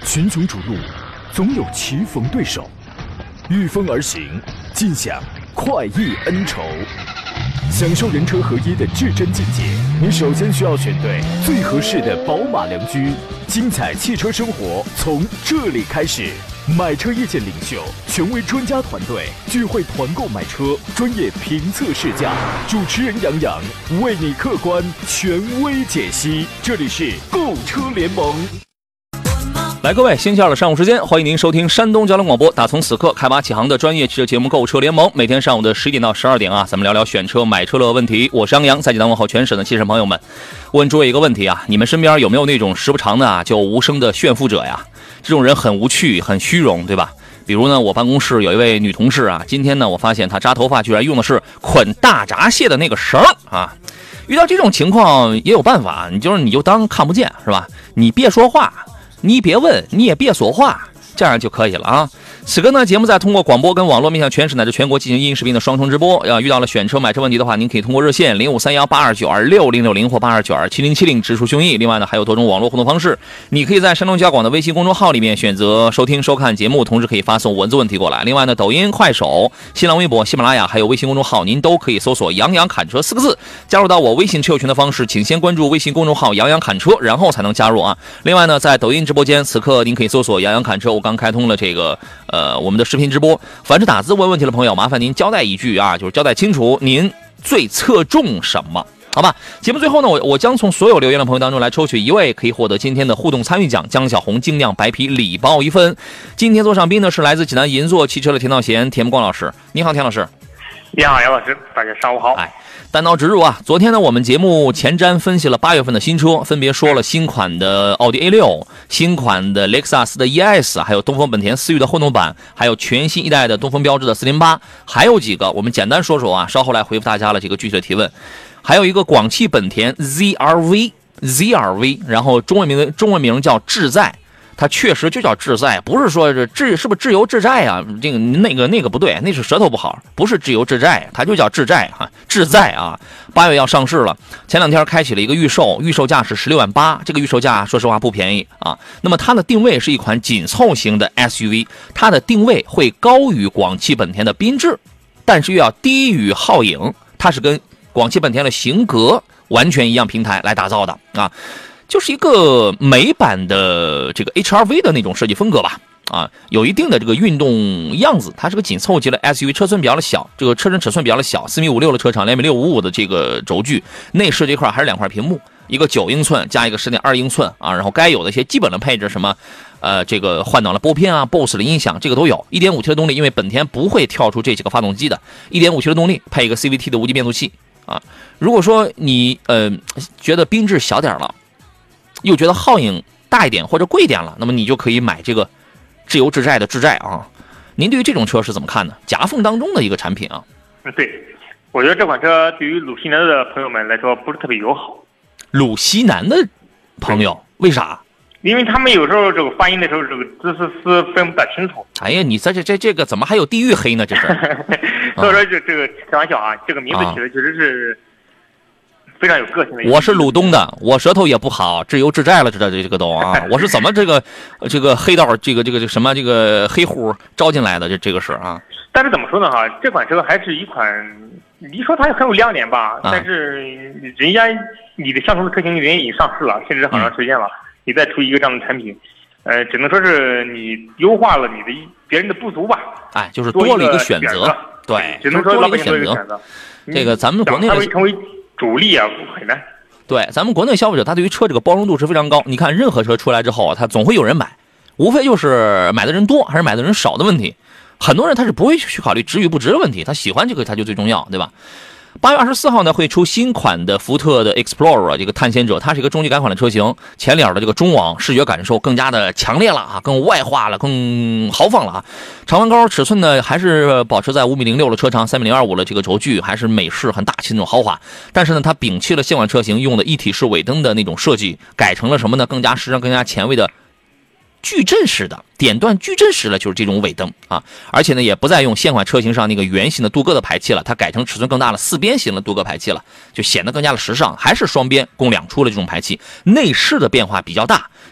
群雄逐鹿，总有棋逢对手，御风而行，尽享快意恩仇。享受人车合一的至臻境界，你首先需要选对最合适的宝马良驹。精彩汽车生活从这里开始。买车意见领袖，权威专家团队聚会团购买车，专业评测试驾，主持人杨洋为你客观权威解析。这里是购车联盟。 来，各位，星期二的上午时间，欢迎您收听山东交通广播，打从此刻开拔启航的专业汽车节目《购车联盟》，每天上午的11点到12点啊，咱们聊聊选车、买车的问题。我是杨洋，在济南问候全省的汽车朋友们。问诸位一个问题啊，你们身边有没有那种时不常的啊，就无声的炫富者呀？这种人很无趣，很虚荣，对吧？比如呢，我办公室有一位女同事啊，今天呢，我发现她扎头发居然用的是捆大闸蟹的那个绳啊。遇到这种情况也有办法，你就当看不见，是吧？你别说话。你别问，你也别说话，这样就可以了啊。此刻呢，节目在通过广播跟网络面向全省乃至全国进行音视频的双重直播。遇到了选车买车问题的话，您可以通过热线053182926060或82927070直抒胸臆。另外呢，还有多种网络互动方式，你可以在山东交广的微信公众号里面选择收听收看节目，同时可以发送文字问题过来。另外呢，抖音、快手、新浪微博、喜马拉雅还有微信公众号，您都可以搜索“杨洋侃车”4个字。加入到我微信车友群的方式，请先关注微信公众号“杨洋侃车”，然后才能加入啊。另外呢，在抖音直播间，此刻您可以搜索“杨洋侃车”，我刚开通了这个我们的视频直播。凡是打字问问题的朋友，麻烦您交代一句啊，就是交代清楚您最侧重什么，好吧？节目最后呢，我将从所有留言的朋友当中来抽取一位，可以获得今天的互动参与奖——江小红精酿白啤礼包1份。今天坐上宾的是来自济南银座汽车的田道贤、田木光老师。你好，田老师。 你好，杨老师，大家上午好。 单刀直入啊！昨天呢，我们节目前瞻分析了8月份的新车，分别说了新款的奥迪 A6、新款的雷克萨斯的 ES， 还有东风本田思域的混动版，还有全新一代的东风标致的408，还有几个我们简单说说啊，稍后来回复大家了这个具体的提问。还有一个广汽本田 ZR-V， 然后中文名叫志在。它确实就叫志在，不是说是不是自由自在啊？这个那个不对，那是舌头不好，不是自由自在，它就叫志在哈，志在啊！8月要上市了，前2天开启了一个预售价是16.8万，这个预售价说实话不便宜啊。那么它的定位是一款紧凑型的 SUV， 它的定位会高于广汽本田的缤智，但是又要低于皓影，它是跟广汽本田的型格完全一样平台来打造的啊。就是一个美版的这个 HR-V 的那种设计风格吧，啊，有一定的这个运动样子。它是个紧凑级的 SUV， 车身比较的小，这个车身尺寸比较的小，4.56米的车长，2.655米的这个轴距。内饰这块还是2块屏幕，一个9英寸加一个10.2英寸啊，然后该有的一些基本的配置，什么这个换挡的拨片啊 ，BOSS 的音响，这个都有。1.5T 的动力，因为本田不会跳出这几个发动机的。1.5T 的动力配一个 CVT 的无级变速器啊。如果说你觉得缤智小点了，又觉得皓影大一点或者贵一点了，那么你就可以买这个自由自在的志在啊。您对于这种车是怎么看呢？夹缝当中的一个产品啊。 对，我觉得这款车对于鲁西南的朋友们来说不是特别友好。 鲁西南的朋友为啥？ 因为他们有时候这个发音的时候，这个字是分不大清楚。 哎呀，你这个怎么还有地域黑呢？这是。 所以说这个开玩笑啊，这个名字起的确实是非常有个性的。 我是鲁东的，我舌头也不好，自由自在了，这个都啊，我是怎么这个黑道这个什么这个黑户招进来的？这个是啊。 但是怎么说呢哈，这款车还是一款，你说它很有亮点吧，但是人家你的相同的车型人已经上市了，甚至好长时间了，你再出一个这样的产品，只能说是你优化了你的别人的不足吧。 哎，就是多了一个选择，对， 只能说多了一个选择。 这个咱们国内的成为主力啊，很难。 对，咱们国内消费者他对于车这个包容度是非常高。你看任何车出来之后啊，他总会有人买，无非就是买的人多还是买的人少的问题。很多人他是不会去考虑值与不值的问题，他喜欢这个他就最重要，对吧？8月24号呢会出新款的福特的 Explorer 这个探险者，它是一个中级改款的车型，前脸的这个中网视觉感受更加的强烈了啊，更外化了，更豪放了啊。长宽高尺寸呢还是保持在5.06米的车长，3.025米的这个轴距，还是美式很大气那种豪华。但是呢，它摒弃了现款车型用的一体式尾灯的那种设计，改成了什么呢？更加时尚、更加前卫的矩阵式的点段矩阵式的就是这种尾灯啊，而且呢也不再用现款车型上那个圆形的镀铬的排气了，它改成尺寸更大的4边形的镀铬排气了，就显得更加的时尚，还是双边共2出的这种排气。内饰的变化比较大，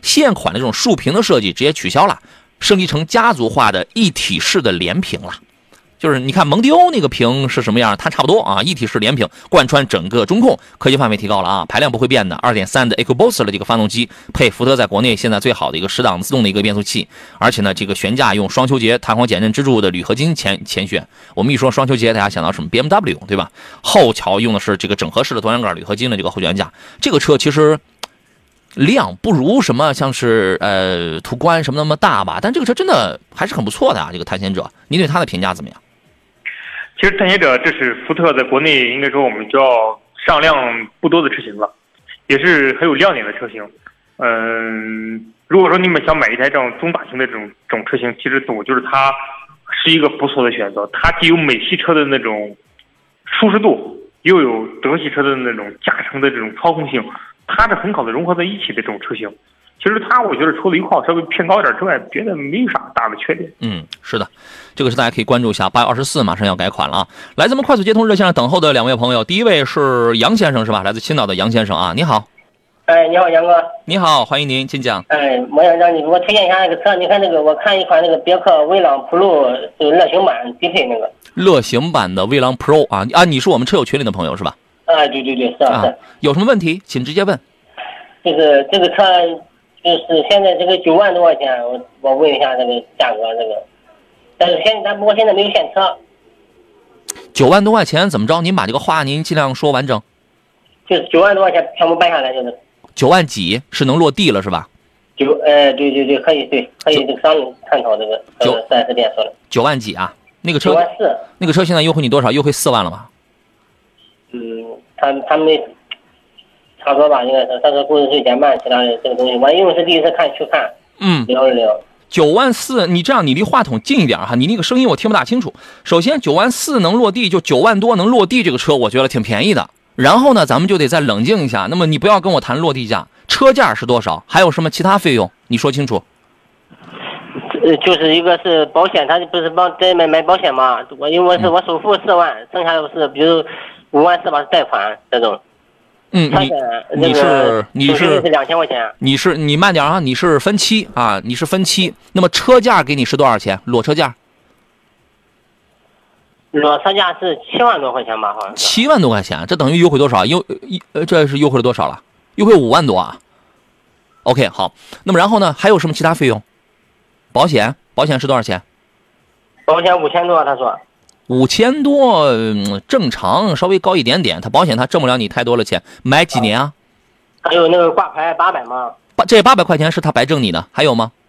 现款的这种竖屏的设计直接取消了，升级成家族化的一体式的连屏了。就是你看蒙迪欧那个屏是什么样，它差不多啊，一体式连屏贯穿整个中控，科技范围提高了啊，排量不会变的 2.3 的 EcoBoost 的这个发动机，配福特在国内现在最好的一个10档自动的一个变速器，而且呢这个悬架用双球节弹簧减震支柱的铝合金前悬，我们一说双球节大家想到什么 BMW 对吧？后桥用的是这个整合式的多连杆铝合金的这个后悬架，这个车其实量不如什么像是途观什么那么大吧，但这个车真的还是很不错的啊。这个探险者，您对它的评价怎么样？ 其实探险者这是福特在国内应该说我们就要上量不多的车型了，也是很有亮点的车型。如果说你们想买一台这种中大型的这种车型，其实我觉得它是一个不错的选择。它既有美系车的那种舒适度，又有德系车的那种加成的这种操控性，它是很好的融合在一起的这种车型。其实它我觉得除了油耗稍微偏高一点之外，别的没啥大的缺点。 是的，这个是大家可以关注一下。8月24马上要改款了啊！来咱们快速接通热线上等候的两位朋友，第一位是杨先生是吧？来自青岛的杨先生啊，你好。 你好，杨哥。 你好，欢迎您，请讲。 我想让你给我推荐一下那个车。你看那个，我看一款那个别克威朗 Pro 就乐行版低配那个。 乐行版的威朗 Pro 啊，你是我们车友群里的朋友是吧？ 对，是啊。 有什么问题请直接问。 这个车就是现在这个9万多块钱，我问一下这个价格这个，但是不过现在没有现车。 9万多块钱怎么着？您把这个话您尽量说完整。 就是9万多块钱全部办下来就是。9 万几是能落地了是吧？ 对，可以这个商业探讨这个4S店说的。 9万几啊？那个车 9万4。 那个车现在优惠你多少？优惠4万了吧？ 他们差不多吧，应该是他说故事税减半，其他的这个东西，我因为是第一次去看，聊一聊。9万4，你这样你离话筒近一点哈，你那个声音我听不大清楚。首先9万4能落地，就9万多能落地，这个车我觉得挺便宜的。然后呢，咱们就得再冷静一下。那么你不要跟我谈落地价，车价是多少？还有什么其他费用？你说清楚。就是一个是保险，他不是买保险嘛？因为我首付4万，剩下的是比如5万4吧，是贷款这种。你是2000块钱。你慢点啊！你是分期啊，你是分期。那么车价给你是多少钱？裸车价？裸车价是7万多块钱吧？好像。7万多块钱，这等于优惠多少？这是优惠了多少了？优惠5万多啊。OK， 好。那么然后呢？还有什么其他费用？保险是多少钱？保险5000多，他说。5000多，正常，稍微高一点点。他保险他挣不了你太多的钱。买几年啊？还有那个挂牌800吗？这800块钱是他白挣你的，还有吗？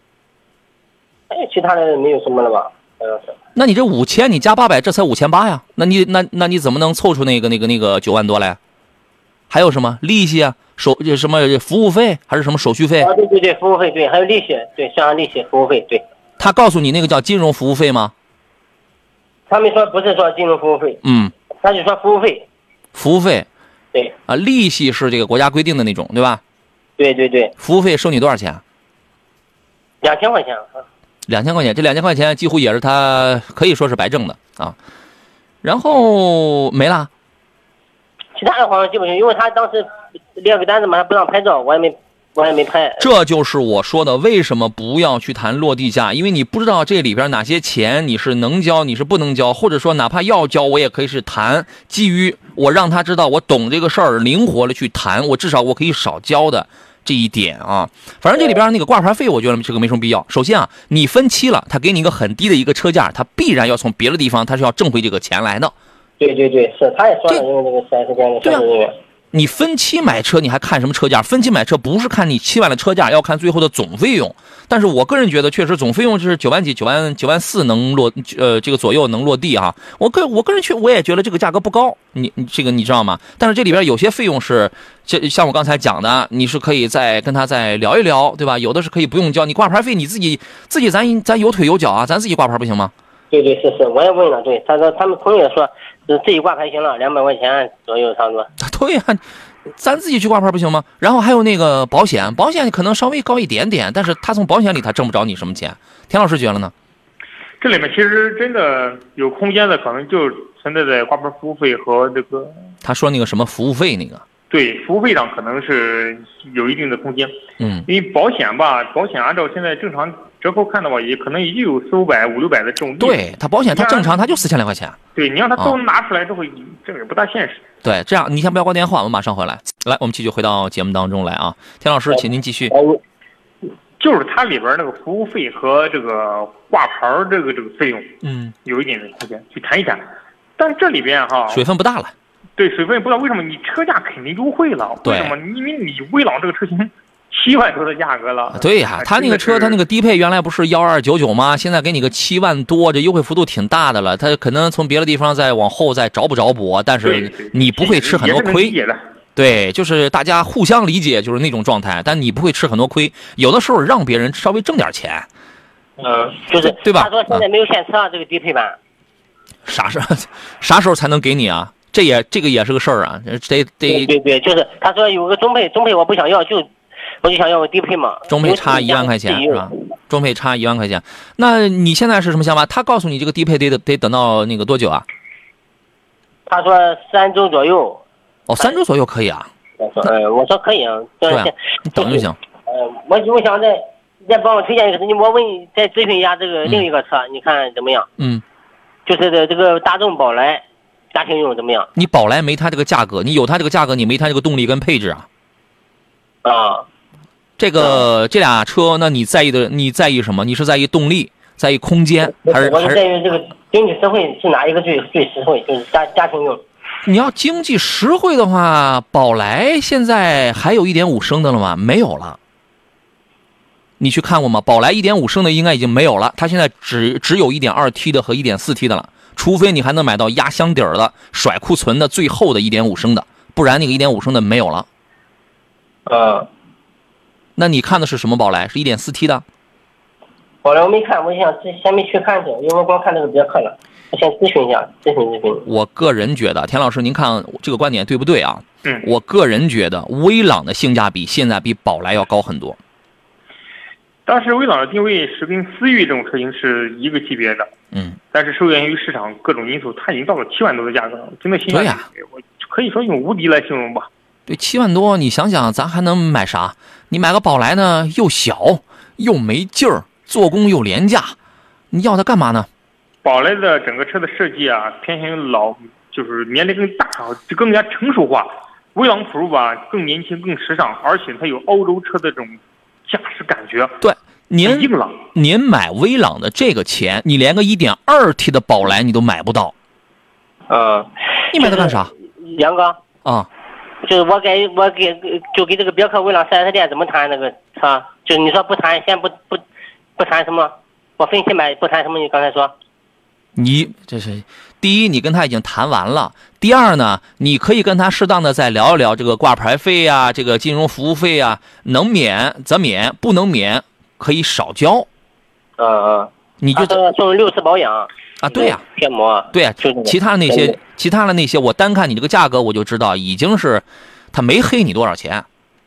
其他的没有什么了吧？好像是。那你这5000，你加800，这才5800呀？那你怎么能凑出那个9万多来？还有什么利息啊？什么服务费还是什么手续费？对，服务费对，还有利息，对，像利息、服务费对。他告诉你那个叫金融服务费吗？他们说不是说金融服务费，他就说服务费。服务费，对啊，利息是这个国家规定的那种，对吧？对。服务费收你多少钱？2000块钱。2000块钱，这2000块钱几乎也是他可以说是白挣的啊。然后没了。其他的好像基本上，因为他当时列个单子嘛，他不让拍照，我也没拍。这就是我说的，为什么不要去谈落地价？因为你不知道这里边哪些钱你是能交，你是不能交，或者说哪怕要交，我也可以是谈，基于我让他知道我懂这个事儿，灵活的去谈，我至少我可以少交的这一点啊。反正这里边那个挂牌费，我觉得这个没什么必要。首先啊，你分期了，他给你一个很低的一个车价，他必然要从别的地方他是要挣回这个钱来的。对，是，他也说了，因为这个4S店的销售人员。你分期买车，你还看什么车价？分期买车不是看你7万的车价，要看最后的总费用。但是我个人觉得，确实总费用就是9万几、9万4能落，这个左右能落地哈。我个人我也觉得这个价格不高，你这个你知道吗？但是这里边有些费用是，像我刚才讲的，你是可以再跟他再聊一聊，对吧？有的是可以不用交，你挂牌费你自己咱有腿有脚啊，咱自己挂牌不行吗？对，是，我也问了，对，他说他们同意说。自己挂牌行了，200块钱左右差不多。对呀，咱自己去挂牌不行吗？然后还有那个保险可能稍微高一点点，但是他从保险里他挣不着你什么钱。田老师觉得呢？这里面其实真的有空间的，可能就存在在挂牌服务费和这个。他说那个什么服务费那个。 对，服务费上可能是有一定的空间。因为保险按照现在正常折扣看的话，也可能也就有400-500、600的这种。 对，它保险它正常它就4000来块钱。 对，你让它都拿出来之后，这个也不大现实。 对，这样你先不要挂电话，我们马上回来。来，我们继续回到节目当中来啊，田老师，请您继续。 就是它里边那个服务费和这个挂牌这个费用，有一点点空间去谈一谈。但这里边水分不大了。 对，水分不知道为什么你车价肯定优惠了，为什么？因为你威朗这个车型7万多的价格了。 对呀，他那个车，他那个低配原来不是12299吗？现在给你个7万多，这优惠幅度挺大的了。他可能从别的地方再往后再找补，但是你不会吃很多亏。对，就是大家互相理解，就是那种状态，但你不会吃很多亏。有的时候让别人稍微挣点钱， 就是对吧？ 他说现在没有现车，这个低配版啥时候才能给你啊？这个也是个事儿啊，得对，就是他说有个中配我不想要，我就想要个低配嘛。 中配差1万块钱是吧？中配差1万块钱，那你现在是什么想法？他告诉你这个低配得等到那个多久啊？ 他说3周左右。 3周左右可以啊。 我说可以啊。 对啊，你等就行。 我想再帮我推荐一个，我问你再咨询一下这个另一个车，你看怎么样？就是这个大众宝来。家庭用怎么样？ 你宝来没它这个价格，你有它这个价格，你没它这个动力跟配置啊。这俩车，那你在意什么？你是在意动力，在意空间，还是？ 我是在意这个经济实惠是哪一个最实惠？就是家庭用。 你要经济实惠的话，宝来现在还有1.5升的了吗？没有了。你去看过吗？宝来1.5升的应该已经没有了，它现在只有 1.2T 的和 1.4T 的了。除非你还能买到压箱底儿的甩库存的最后的1.5升的，不然那个1.5升的没有了。那你看的是什么宝来？是 1.4T 的？ 宝来我没看，我想先没去看去，因为我光看这个别克了。我先咨询一下，咨询。 我个人觉得，田老师，您看这个观点对不对啊？我个人觉得威朗的性价比现在比宝来要高很多。 当时威朗的定位是跟思域这种车型是一个级别的，但是受限于市场各种因素，它已经到了7万多的价格了，真的性价比，我可以说用无敌来形容吧。 对，7万多，你想想，咱还能买啥？你买个宝来呢，又小又没劲儿，做工又廉价，你要它干嘛呢？ 宝来的整个车的设计啊，偏向于就是年龄更大，就更加成熟化。威朗 Pro 吧，更年轻、更时尚，而且它有欧洲车的这种驾驶感觉。 对，您买威朗的这个钱，你连个 1.2T 的宝来你都买不到。你买它干啥？ 杨哥啊， 就是我给这个别克威朗 4S 店怎么谈那个车？就是你说不谈，先不谈什么？我分期买不谈什么？你刚才说？ 你这是第一，你跟他已经谈完了；第二呢，你可以跟他适当的再聊一聊这个挂牌费啊，这个金融服务费啊，能免则免，不能免可以少交。你就送6次保养啊？对呀， 贴膜。 对呀，其他的那些，我单看你这个价格我就知道，已经是他没黑你多少钱。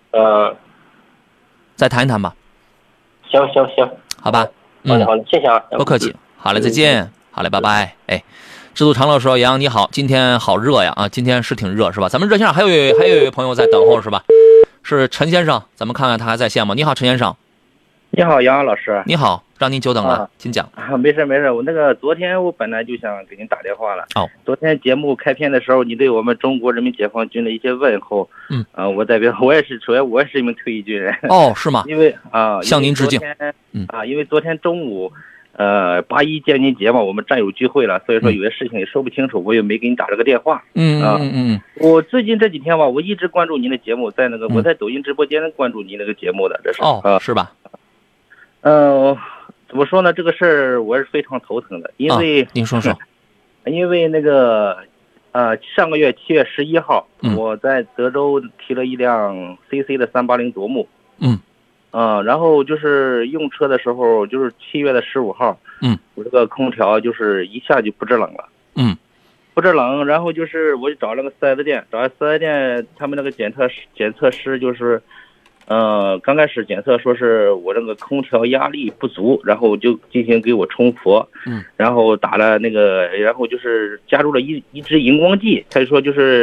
再谈一谈吧。 行， 好吧。 好的，谢谢啊， 不客气。好嘞，再见。好嘞，拜拜。哎，知足常乐说，杨你好，今天好热呀啊，今天是挺热是吧？咱们热线上还有一位朋友在等候是吧？是陈先生，咱们看看他还在线吗？你好，陈先生。 你好，杨老师。 你好，让您久等了，请讲。 没事，我那个昨天我本来就想给您打电话了。昨天节目开篇的时候，你对我们中国人民解放军的一些问候，我代表我也是一名退役军人。 是吗？ 因为向您致敬。 因为昨天中午。81建军节嘛，我们战友聚会了，所以说有些事情也说不清楚，我也没给你打这个电话。我最近这几天吧，我一直关注您的节目，我在抖音直播间关注您那个节目的，这是是吧？ 怎么说呢？这个事儿我是非常头疼的，因为您说说， 因为那个上个月7月11号，我在德州提了一辆 CC 的380夺目。然后就是用车的时候，就是7月15号，我这个空调就是一下就不制冷了，不制冷，然后就是我就找了个4S店，他们那个检测师就是，刚开始检测说是我这个空调压力不足，然后就进行给我冲佛，然后打了然后就是加入了一支荧光剂，他就说就是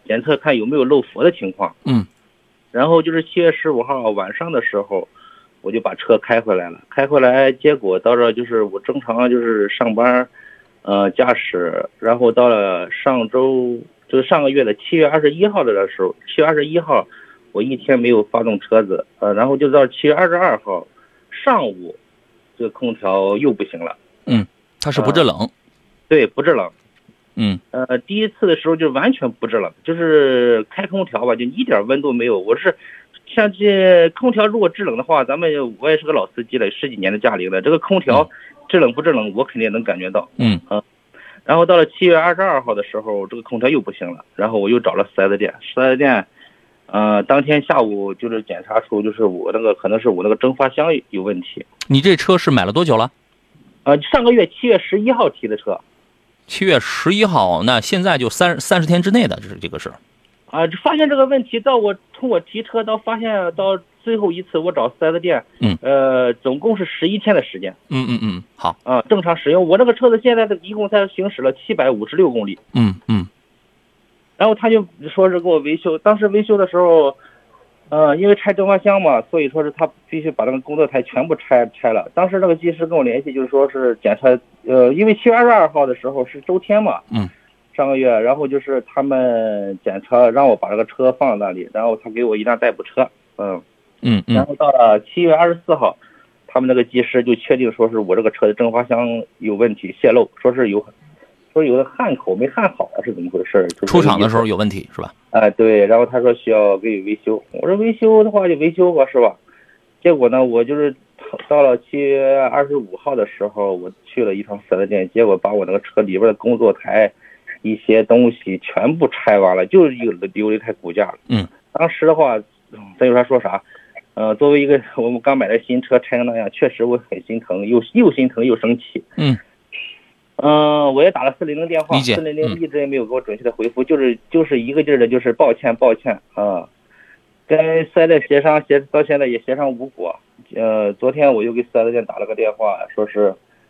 检测看有没有漏佛的情况。然后就是7月15号晚上的时候，我就把车开回来了。开回来，结果到这就是我正常就是上班，驾驶。然后到了上周，就是上个月的7月21号的时候，7月21号，我一天没有发动车子，然后就到7月22号上午，这个空调又不行了。 它是不制冷。 对，不制冷。第一次的时候就完全不制冷，就是开空调吧，就一点温度没有。我是像这空调如果制冷的话，我也是个老司机了，10几年的驾龄了，这个空调制冷不制冷，我肯定能感觉到。然后到了7月22号的时候，这个空调又不行了，然后我又找了4S店，当天下午就是检查出就是可能是我那个蒸发箱有问题。 你这车是买了多久了？ 上个月7月11号提的车。 7月11号，那现在就30天之内的，这个是。 发现这个问题到从我提车到发现到最后一次我找4S店，总共是11天的时间。 好。 正常使用，我这个车子现在一共才行驶了756公里。然后他就说是给我维修，当时维修的时候，因为拆蒸发箱嘛，所以说是他必须把那个工作台全部拆了。当时那个技师跟我联系，就是说是检查，因为7月22号的时候是周天嘛，上个月，然后就是他们检查让我把这个车放在那里，然后他给我一辆代步车，然后到了7月24号，他们那个技师就确定说是我这个车的蒸发箱有问题泄漏，说有的焊口没焊好是怎么回事？ 出厂的时候有问题是吧？ 对，然后他说需要给你维修，我说维修的话就维修吧，是吧？结果呢，我就是到了7月25号的时候，我去了一趟4S店，结果把我那个车里边的工作台一些东西全部拆完了，就留了一台骨架了。当时的话，再有啥说啥。作为一个我们刚买的新车拆成那样，确实我很心疼，又心疼又生气。我也打了400电话，400一直也没有给我准确的回复，就是一个劲儿的，就是抱歉啊。跟4S店协商到现在也协商无果。昨天我又给4S店打了个电话，说是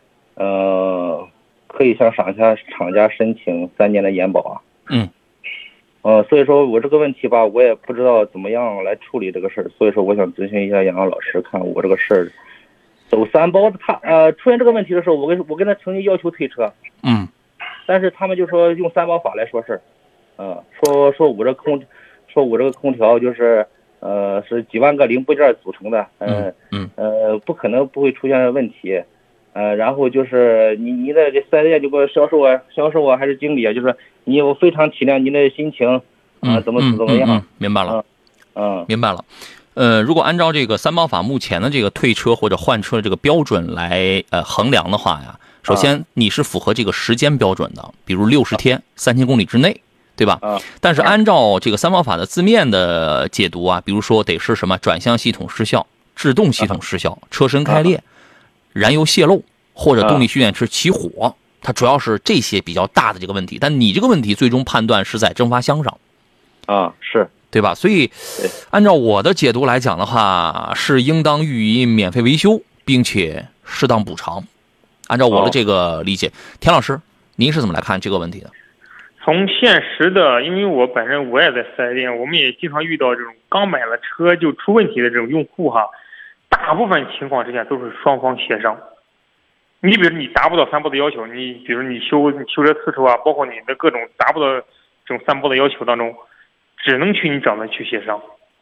可以向厂家申请3年的延保啊。所以说我这个问题吧，我也不知道怎么样来处理这个事儿，所以说我想咨询一下杨老师，看我这个事儿走3包的。他出现这个问题的时候，我跟他曾经要求退车，但是他们就说用3包法来说事儿，说我这个空调就是是几万个零部件组成的，不可能不会出现问题。然后就是你的这4S店就给我销售啊还是经理啊，就是我非常体谅您的心情，怎么样？ 明白了，明白了。如果按照这个3包法目前的这个退车或者换车的这个标准来衡量的话呀，首先你是符合这个时间标准的，比如60天3000公里之内，对吧？但是按照这个3包法的字面的解读啊，比如说得是什么转向系统失效、制动系统失效、车身开裂、燃油泄漏或者动力蓄电池起火，它主要是这些比较大的这个问题。但你这个问题最终判断是在蒸发箱上， 是对吧？所以按照我的解读来讲的话，是应当予以免费维修，并且适当补偿。按照我的这个理解，田老师，您是怎么来看这个问题的？ 从现实的，因为我本身我也在4S店，我们也经常遇到这种刚买了车就出问题的这种用户哈，大部分情况之下都是双方协商。你比如你达不到3包的要求，你比如你修车次数啊，包括你的各种达不到这种3包的要求当中，只能去你找他去协商。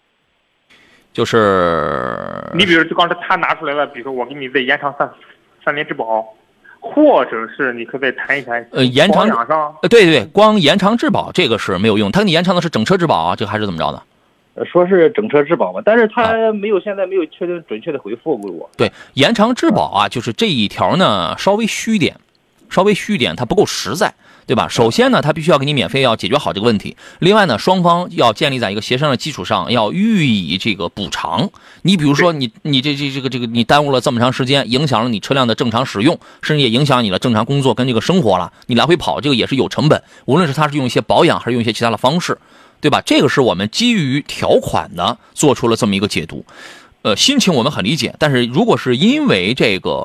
就是你比如刚才他拿出来了，比如说我给你再延长3年质保，或者是你可以再谈一谈延长上对，光延长质保这个是没有用，他给你延长的是整车质保啊，这个还是怎么着的？ 说是整车质保嘛，但是他现在没有确定准确的回复给我。 对，延长质保啊，就是这一条呢稍微虚一点，它不够实在，对吧？首先呢，他必须要给你免费要解决好这个问题。另外呢，双方要建立在一个协商的基础上，要予以这个补偿。你比如说你你耽误了这么长时间，影响了你车辆的正常使用，甚至也影响你的正常工作跟这个生活了，你来回跑这个也是有成本，无论是他是用一些保养还是用一些其他的方式，对吧？这个是我们基于条款的做出了这么一个解读。心情我们很理解，但是如果是因为这个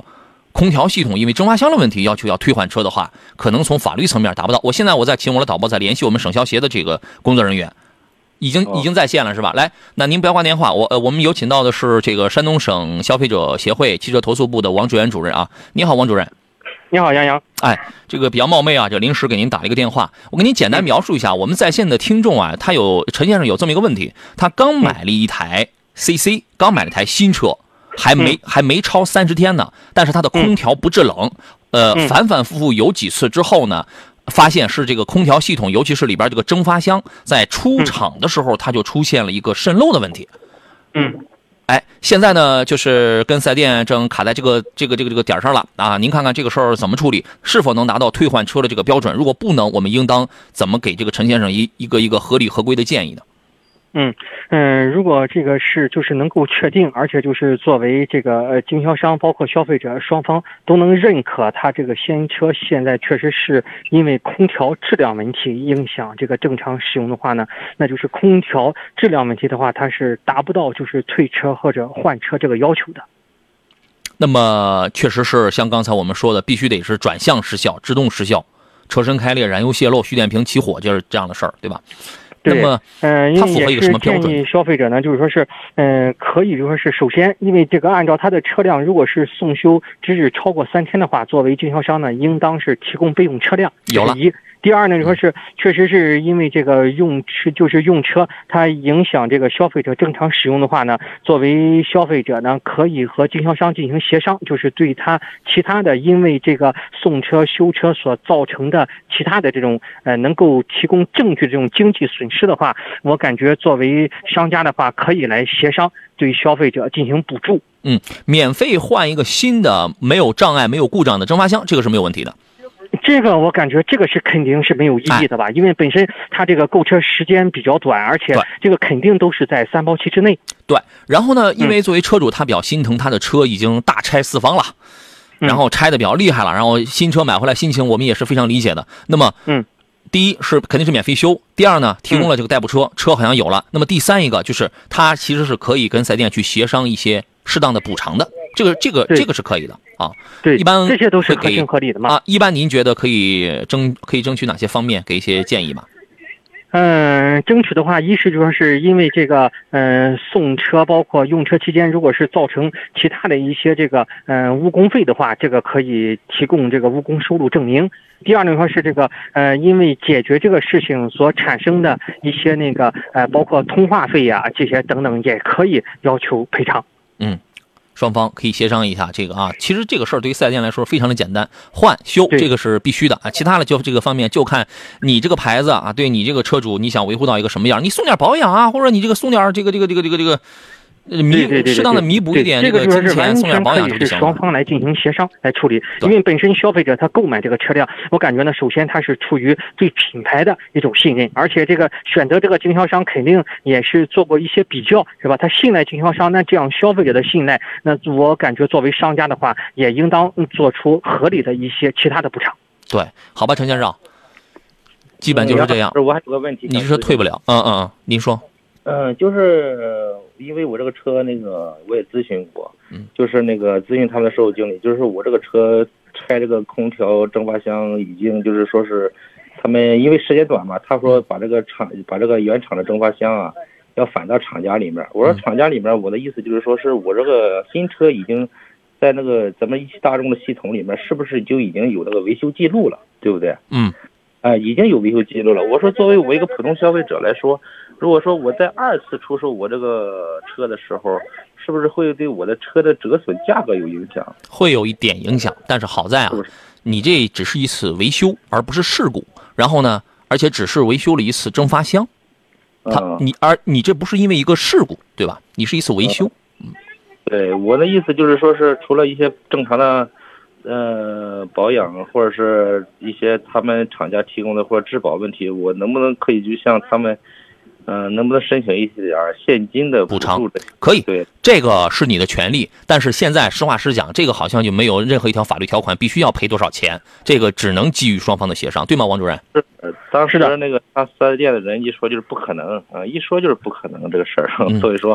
空调系统因为蒸发箱的问题要求要退换车的话，可能从法律层面达不到。现在我在请我的导播在联系我们省消协的这个工作人员，已经在线了是吧？来，那您不要挂电话，我们有请到的是这个山东省消费者协会汽车投诉部的王志远主任啊。你好，王主任。 你好，杨洋。 哎，这个比较冒昧啊，就临时给您打了一个电话。我给您简单描述一下，我们在线的听众啊，陈先生有这么一个问题，他刚买了一台 CC， 刚买了一台新车，还没超30天呢，但是他的空调不制冷，反反复复有几次之后呢，发现是这个空调系统，尤其是里边这个蒸发箱，在出厂的时候，它就出现了一个渗漏的问题。哎，现在呢，就是跟4S店正卡在这个点上了啊！您看看这个事儿怎么处理，是否能达到退换车的这个标准？如果不能，我们应当怎么给这个陈先生一个合理合规的建议呢？ 如果这个是就是能够确定，而且就是作为这个经销商包括消费者双方都能认可，它这个新车现在确实是因为空调质量问题影响这个正常使用的话呢，那就是空调质量问题的话，它是达不到就是退车或者换车这个要求的。 那么确实是像刚才我们说的，必须得是转向失效、制动失效、车身开裂、燃油泄漏、蓄电瓶起火，就是这样的事儿，对吧？那么，它符合一个什么标准？ 建议消费者呢，就是说是，可以就说是，首先，因为这个按照他的车辆，如果是送修直至超过3天的话，作为经销商呢，应当是提供备用车辆。 有了。 第二呢，就说是确实是因为这个用车，它影响这个消费者正常使用的话呢，作为消费者呢，可以和经销商进行协商，就是对他其他的因为这个送车修车所造成的其他的这种能够提供证据的这种经济损失的话，我感觉作为商家的话，可以来协商对消费者进行补助。 免费换一个新的没有障碍、没有故障的蒸发箱，这个是没有问题的。 这个我感觉这个是肯定是没有意义的吧，因为本身它这个购车时间比较短，而且这个肯定都是在3包期之内。 对，然后呢，因为作为车主他比较心疼他的车已经大拆4方了，然后拆的比较厉害了，然后新车买回来心情我们也是非常理解的。那么第一是肯定是免费修，第二呢提供了这个代步车，车好像有了。那么第三一个就是它其实是可以跟4S店去协商一些适当的补偿的，这个是可以的啊。 对， 一般这些都是合情合理的嘛。 啊，一般您觉得可以争取哪些方面，给一些建议吗？ 争取的话，一是就说是因为这个送车包括用车期间，如果是造成其他的一些这个误工费的话，这个可以提供这个误工收入证明。第二呢，说是这个因为解决这个事情所产生的一些那个包括通话费呀这些等等，也可以要求赔偿。 双方可以协商一下这个啊。其实这个事儿对于4S店来说非常的简单，换修这个是必须的啊。其他的就这个方面就看你这个牌子啊，对你这个车主你想维护到一个什么样，你送点保养啊，或者你这个送点这个适当的弥补一点这个金钱，送点保养就行了。 是双方来进行协商来处理，因为本身消费者他购买这个车辆，我感觉呢，首先他是出于对品牌的一种信任，而且这个选择这个经销商肯定也是做过一些比较，是吧？他信赖经销商，那这样消费者的信赖，那我感觉作为商家的话，也应当做出合理的一些其他的补偿。 对，好吧，陈先生，基本就是这样。 我还有个问题， 你是退不了？您说。 就是因为我这个车那个我也咨询过，就是那个咨询他们的售后经理，就是我这个车拆这个空调蒸发箱已经就是说是他们因为时间短嘛，他说把这个原厂的蒸发箱啊要返到厂家里面。我说厂家里面，我的意思就是说是我这个新车已经在那个咱们一汽大众的系统里面，是不是就已经有那个维修记录了，对不对？已经有维修记录了。我说作为我一个普通消费者来说，如果说我在2次出售我这个车的时候，是不是会对我的车的折损价格有影响？ 会有一点影响，但是好在啊，你这只是一次维修，而不是事故。然后呢，而且只是维修了一次蒸发箱，你这不是因为一个事故，对吧？你是一次维修。 对，我的意思就是说是除了一些正常的保养或者是一些他们厂家提供的或者质保问题，我能不能可以就像他们能不能申请一点现金的补偿？可以， 对， 这个是你的权利。但是现在实话实讲，这个好像就没有任何一条法律条款必须要赔多少钱，这个只能基于双方的协商，对吗，王主任？ 当时那个他4S店的人一说就是不可能一说就是不可能这个事儿，所以说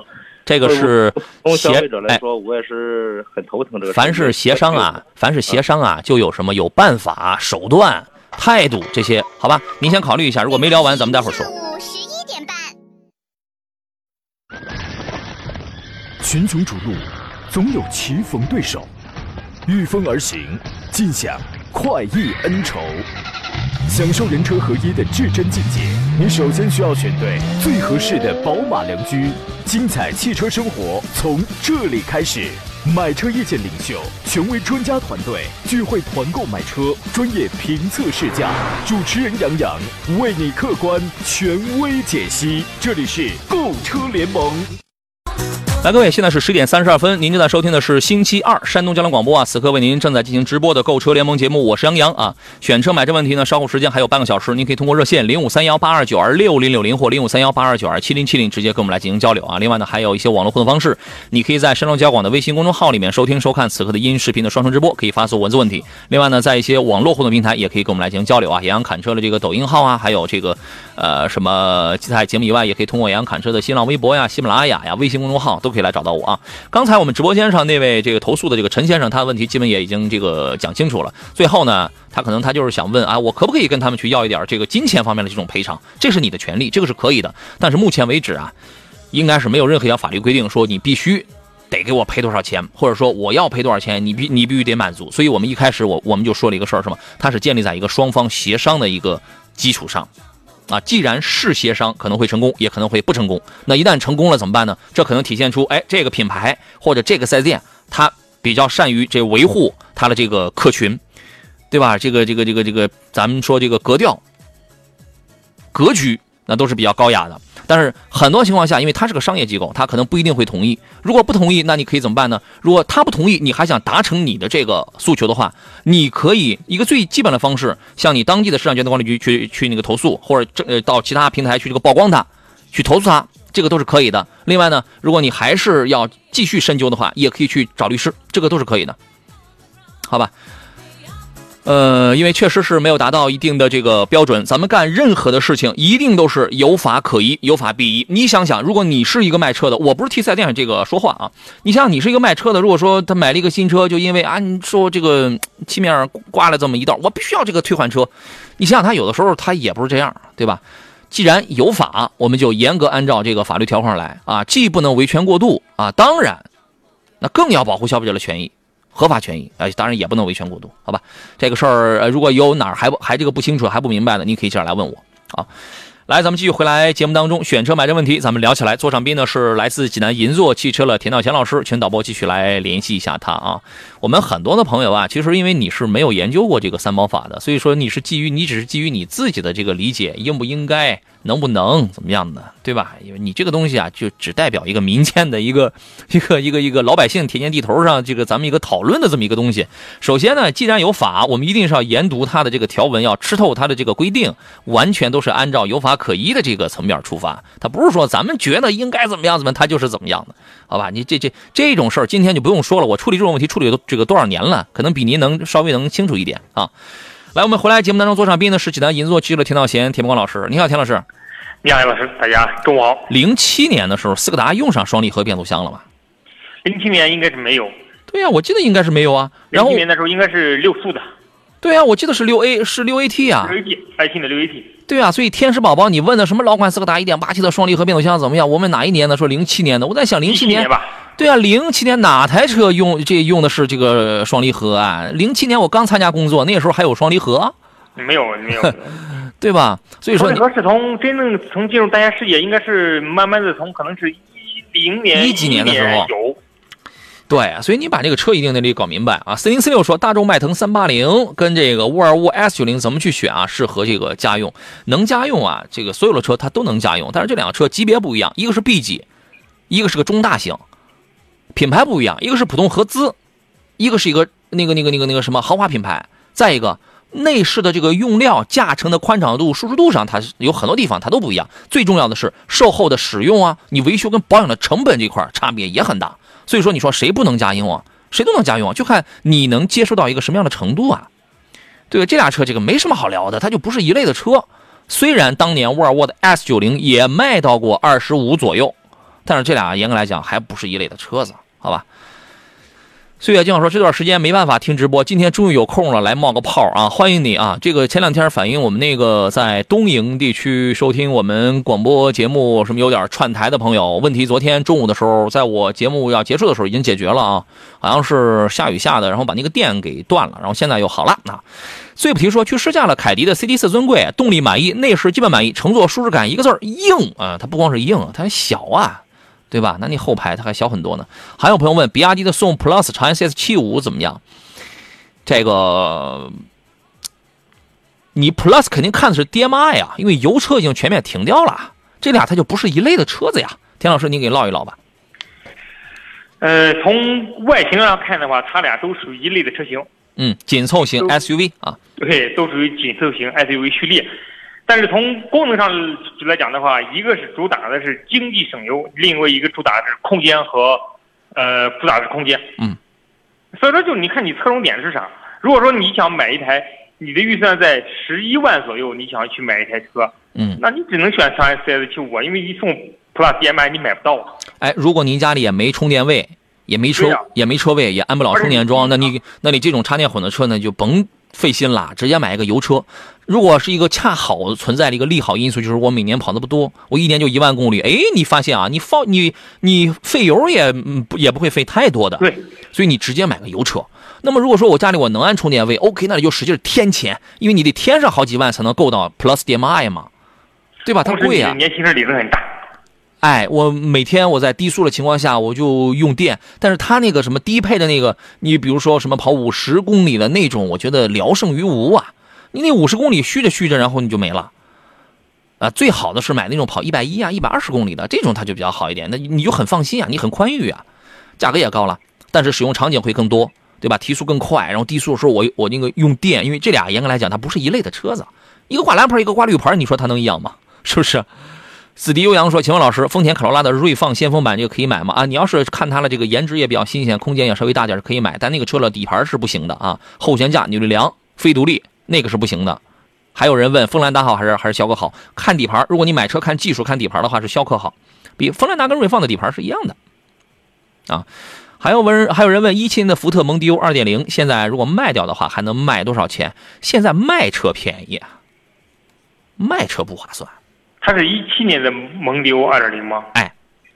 这个是从消费者来说，我也是很头疼这个。 凡是协商啊，就有什么有办法、手段、态度这些，好吧？您先考虑一下，如果没聊完，咱们待会儿说。 11点半。 群雄逐鹿，总有棋逢对手，御风而行，尽享快意恩仇。享受人车合一的至臻境界，你首先需要选对最合适的宝马良驹。精彩汽车生活从这里开始。买车意见领袖，权威专家团队聚会团购买车，专业评测试驾，主持人杨洋为你客观权威解析。这里是购车联盟。 来，各位，现在是10点32分，您正在收听的是星期二山东交通广播啊，此刻为您正在进行直播的购车联盟节目，我是杨洋啊。选车买车问题呢，稍后时间还有半个小时，您可以通过热线053182926060或053182927070直接跟我们来进行交流啊。另外呢，还有一些网络互动方式，你可以在山东交广的微信公众号里面收听收看此刻的音视频的双重直播，可以发送文字问题。另外呢，在一些网络互动平台也可以跟我们来进行交流啊。杨洋侃车的这个抖音号啊，还有这个什么在节目以外，也可以通过杨洋侃车的新浪微博呀、喜马拉雅呀、微信公众号都可以来找到我啊。刚才我们直播间上那位这个投诉的这个陈先生，他的问题基本也已经这个讲清楚了。最后呢，他就是想问啊，我可不可以跟他们去要一点这个金钱方面的这种赔偿？这是你的权利，这个是可以的。但是目前为止啊，应该是没有任何条法律规定说你必须得给我赔多少钱，或者说我要赔多少钱，你必须得满足。所以我们一开始我们就说了一个事儿，什么？它是建立在一个双方协商的一个基础上。啊，既然是协商，可能会成功，也可能会不成功。那一旦成功了怎么办呢？这可能体现出，这个品牌或者这个4S店，它比较善于这维护它的这个客群，对吧？这个，咱们说这个格调、格局，那都是比较高雅的。但是很多情况下，因为它是个商业机构，它可能不一定会同意。如果不同意，那你可以怎么办呢？如果他不同意，你还想达成你的这个诉求的话，你可以一个最基本的方式，向你当地的市场监督管理局去那个投诉，或者到其他平台去这个曝光它，去投诉它，这个都是可以的。另外呢，如果你还是要继续深究的话，也可以去找律师，这个都是可以的，好吧？因为确实是没有达到一定的这个标准，咱们干任何的事情一定都是有法可依，有法必依。你想想，如果你是一个卖车的，我不是替4S店上这个说话啊，你想想你是一个卖车的，如果说他买了一个新车，就因为啊你说这个漆面刮了这么一道，我必须要这个退换车，你想想他有的时候他也不是这样，对吧？既然有法，我们就严格按照这个法律条款来啊，既不能维权过度啊，当然那更要保护消费者的权益。合法权益，当然也不能维权过度，好吧？这个事儿，如果有哪儿还这个不清楚、还不明白的，你可以接着来问我啊。来，咱们继续回来节目当中，选车买车问题，咱们聊起来。座上宾呢是来自济南银座汽车的田道乾老师，请导播继续来联系一下他啊。我们很多的朋友啊，其实因为你是没有研究过这个三包法的，所以说你只是基于你自己的这个理解，应不应该、能不能怎么样的，对吧？因为你这个东西啊，就只代表一个民间的一个老百姓田间地头上这个咱们一个讨论的这么一个东西。首先呢，既然有法，我们一定是要研读它的这个条文，要吃透它的这个规定，完全都是按照有法可依的这个层面出发。它不是说咱们觉得应该怎么样它就是怎么样的，好吧？你这种事儿今天就不用说了，我处理这种问题处理这个多少年了，可能比您稍微能清楚一点啊。来，我们回来节目当中，座上宾呢是济南银座汽车的田道乾田光老师。你好，田老师。 你好，老师，大家中午好。 07年的时候，斯柯达用上双离合变速箱了吗 ？07年应该是没有。 对呀，我记得应该是没有啊。然后 07年的时候应该是6速的。 对啊，我记得是6AT 啊。 6AT 的6AT。 对啊，所以天使宝宝，你问的什么老款斯柯达 1.8T 的双离合变速箱怎么样？我们哪一年的？说07年的。我在想07年吧。 对啊，07年哪台车用的是这个双离合啊？07年我刚参加工作，那时候还有双离合？ 没有。 对吧？所以说双离合是真正从进入大家视野，应该是慢慢的从可能是10 几年的时候有。 对，所以你把这个车一定得搞明白啊。4046说，大众迈腾380跟这个沃尔沃 S90 怎么去选啊？适合这个家用，能家用啊？这个所有的车它都能家用，但是这两个车级别不一样，一个是 B 级，一个是个中大型，品牌不一样，一个是普通合资，一个是一个那个什么豪华品牌。再一个，内饰的这个用料、驾乘的宽敞度、舒适度上，它有很多地方它都不一样。最重要的是售后的使用啊，你维修跟保养的成本这块差别也很大。所以说，你说谁不能家用啊？谁都能家用啊，就看你能接受到一个什么样的程度啊。对，这俩车这个没什么好聊的，它就不是一类的车。虽然当年沃尔沃的 S90 也卖到过25左右， 但是这俩严格来讲还不是一类的车子，好吧？岁月静好说这段时间没办法听直播，今天终于有空了，来冒个泡啊！欢迎你啊！这个前2天反映我们那个在东营地区收听我们广播节目什么有点串台的朋友，问题昨天中午的时候，在我节目要结束的时候已经解决了啊，好像是下雨下的，然后把那个电给断了，然后现在又好了啊。最不提说去试驾了凯迪的 CT4 尊贵，动力满意，内饰基本满意，乘坐舒适感一个字儿硬啊！它不光是硬，它还小啊。对吧？那你后排它还小很多呢。还有朋友问，比亚迪的宋 Plus 长安 CS75 怎么样？这个你 Plus 肯定看的是 DMI 啊，因为油车已经全面停掉了，这俩它就不是一类的车子呀。田老师，你给唠一唠吧。 从外形上看的话，它俩都属于一类的车型。 紧凑型 SUV 啊。 对，都属于紧凑型 SUV 序列。但是从功能上来讲的话，一个是主打的是经济省油，另外一个主打的是空间和主打的是空间。所以说就你看你侧重点是啥？如果说你想买一台，你的预算在11万左右，你想去买一台车，那你只能选长安 CS75，因为一送 Plus DMI 你买不到。 哎，如果您家里也没充电位，也没车位，也安不了充电桩，那你这种插电混的车呢，就甭费心了，直接买一个油车。如果是一个恰好存在的一个利好因素，就是我每年跑的不多，我一年就1万公里，哎，你发现啊，你费油也不会费太多的， 对， 所以你直接买个油车。那么如果说我家里我能安充电位 ，OK， 那你就使劲添钱，因为你得添上好几万才能够到 Plus DMI 嘛，对吧？它贵啊。 年轻人理论很大。 哎，我每天我在低速的情况下我就用电，但是它那个什么低配的那个，你比如说什么跑50公里的那种，我觉得聊胜于无啊。你那50公里续着，然后你就没了，最好的是买那种跑110啊、120公里的，这种它就比较好一点，那你就很放心啊，你很宽裕啊，价格也高了，但是使用场景会更多，对吧？提速更快，然后低速的时候我那个用电，因为这俩严格来讲它不是一类的车子，一个挂蓝牌，一个挂绿牌，你说它能一样吗？是不是？子弟悠扬说，请问老师，丰田卡罗拉的锐放先锋版这个可以买吗？啊，你要是看它的这个颜值也比较新鲜，空间也稍微大点可以买，但那个车的底盘是不行的啊，后悬架扭力梁非独立。那个是不行的。还有人问锋兰达好还是逍客好？看底盘，如果你买车看技术看底盘的话，是逍客好，比锋兰达跟锐放的底盘是一样的啊。还有人问17年的福特蒙迪欧 2.0 现在如果卖掉的话还能卖多少钱？现在卖车便宜啊，卖车不划算。 它是17年的蒙迪欧 2.0 吗？ 哎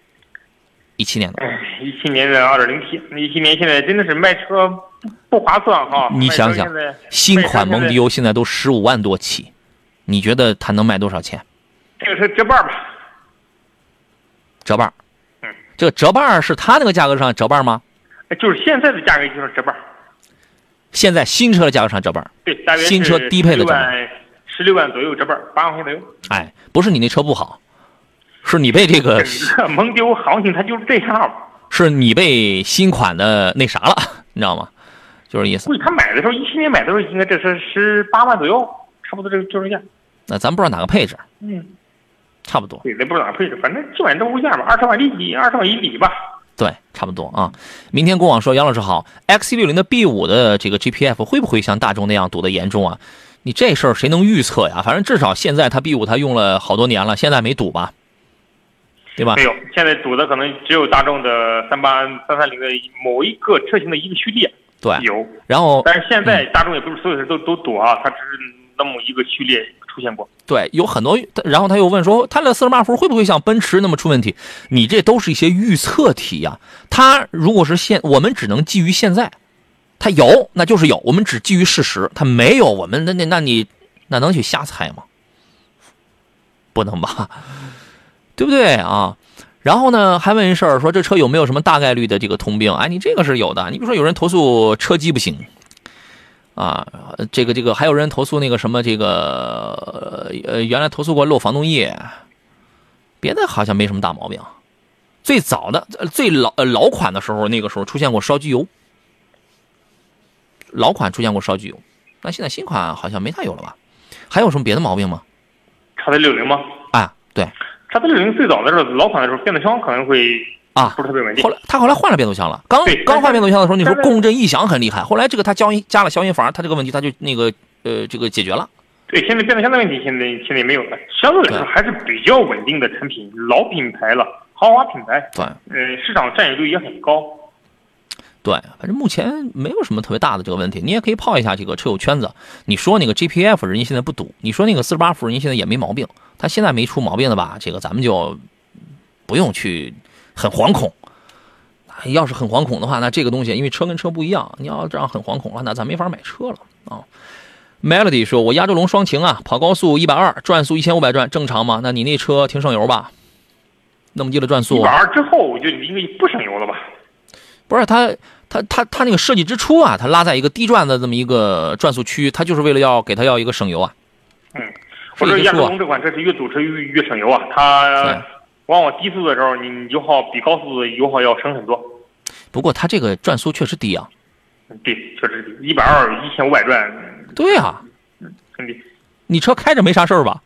，17年的。 17年的 2.0T，17年现在真的是卖车不划算哈。 你想想，新款蒙迪欧现在都15万多起，你觉得它能卖多少钱？ 这个是折半吧？ 折半。这个折半是它那个价格上折半吗？ 就是现在的价格就是折半。 现在新车的价格上折半。 对，大约是新车低配的折半 16万左右折半，8万块左右。 哎，不是你那车不好，是你被这个蒙迪欧行情它就是这样。 是你被新款的那啥了，你知道吗？就是意思。 他买的时候，17年买的时候应该这是18万左右，差不多就是价。 那咱不知道哪个配置。差不多。 对，那不知道哪个配置，反正基本上都无价吧，20万以里吧。 对，差不多啊。明天公网说，杨老师好 ，XC60 的 B5 的这个 GPF 会不会像大众那样堵得严重啊？你这事儿谁能预测呀？反正至少现在它 B5 它用了好多年了，现在没堵吧？对吧？ 没有，现在堵的可能只有大众的330的某一个车型的一个序列。 对， 有。 然后， 但是现在大众也不是所有人都堵啊，它只是那么一个序列出现过。 对，有很多。然后他又问说，它的48伏会不会像奔驰那么出问题？你这都是一些预测题呀。它如果是我们只能基于现在，它有那就是有，我们只基于事实。它没有，我们那你能去瞎猜吗？不能吧？对不对啊？然后呢，还问一事儿，说这车有没有什么大概率的这个通病？哎，你这个是有的。你比如说有人投诉车机不行啊，这个还有人投诉那个什么这个原来投诉过漏防冻液，别的好像没什么大毛病。最早的最老款的时候，那个时候出现过烧机油，老款出现过烧机油，那现在新款好像没太有了吧？还有什么别的毛病吗？ 叉子60吗？ 啊，对。 叉子60最早的时候，老款的时候，变速箱可能会不是特别稳定。 后来换了变速箱了。刚换变速箱的时候，那时候共振异响很厉害。后来这个它加了消音阀，它这个问题它就那个这个解决了。 对，现在变速箱的问题现在没有了，相对来说还是比较稳定的产品，老品牌了， 豪华品牌， 对， 市场占有率也很高。 对，反正目前没有什么特别大的这个问题。你也可以泡一下这个车友圈子。你说那个 GPF 人家现在不堵，你说那个48伏人家现在也没毛病，他现在没出毛病的吧？这个咱们就不用去很惶恐。要是很惶恐的话，那这个东西因为车跟车不一样，你要这样很惶恐了，那咱没法买车了啊。Melody 说：“我亚洲龙双擎啊，跑高速120，转速1500转，正常吗？那你那车挺省油吧？那么低的转速 ，120之后我觉得应该不省油了吧？ 不是它那个设计之初啊，它拉在一个低转的这么一个转速区，它就是为了要给它要一个省油啊。 我说亚洲龙这款车是越堵车越省油啊，它往往低速的时候，你油耗比高速的油耗要省很多。 不过它这个转速确实低啊。 对，确实低，120，1500转。 对啊， 很低。 你车开着没啥事儿吧？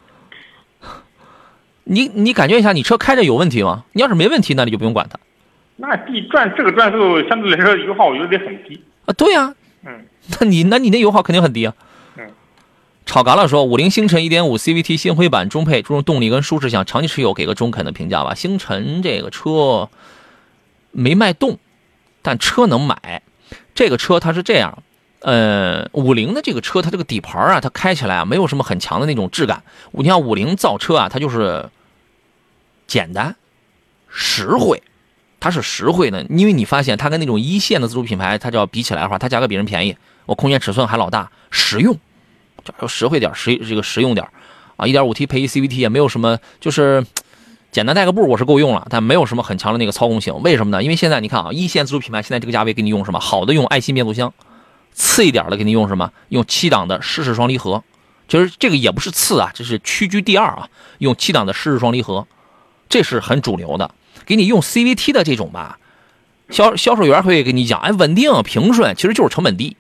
你感觉一下，你车开着有问题吗？你要是没问题，那你就不用管它。 那这个转速相对来说油耗我觉得很低啊。对呀，那你那油耗肯定很低啊。炒嘎了说，50星辰 1.5 CVT 星辉版中配，注重动力跟舒适性，长期持有给个中肯的评价吧。星辰这个车没卖动，但车能买。这个车它是这样，50的这个车它这个底盘啊，它开起来啊没有什么很强的那种质感。你像50造车啊，它就是简单实惠。它是实惠的，因为你发现它跟那种一线的自主品牌，它就要比起来的话，它价格比人便宜，我空间尺寸还老大，实用，就实惠点，这个实用点啊。1.5T 配一 CVT 也没有什么，就是简单带个步我是够用了，但没有什么很强的那个操控性。为什么呢？因为现在你看啊，一线自主品牌现在这个价位给你用什么？好的用爱信变速箱，次一点的给你用什么？用7档的湿式双离合。其实这个也不是次啊，这是屈居第2啊，用7档的湿式双离合，这是很主流的。给你用 CVT 的这种吧，销售员会跟你讲，稳定平顺，其实就是成本低，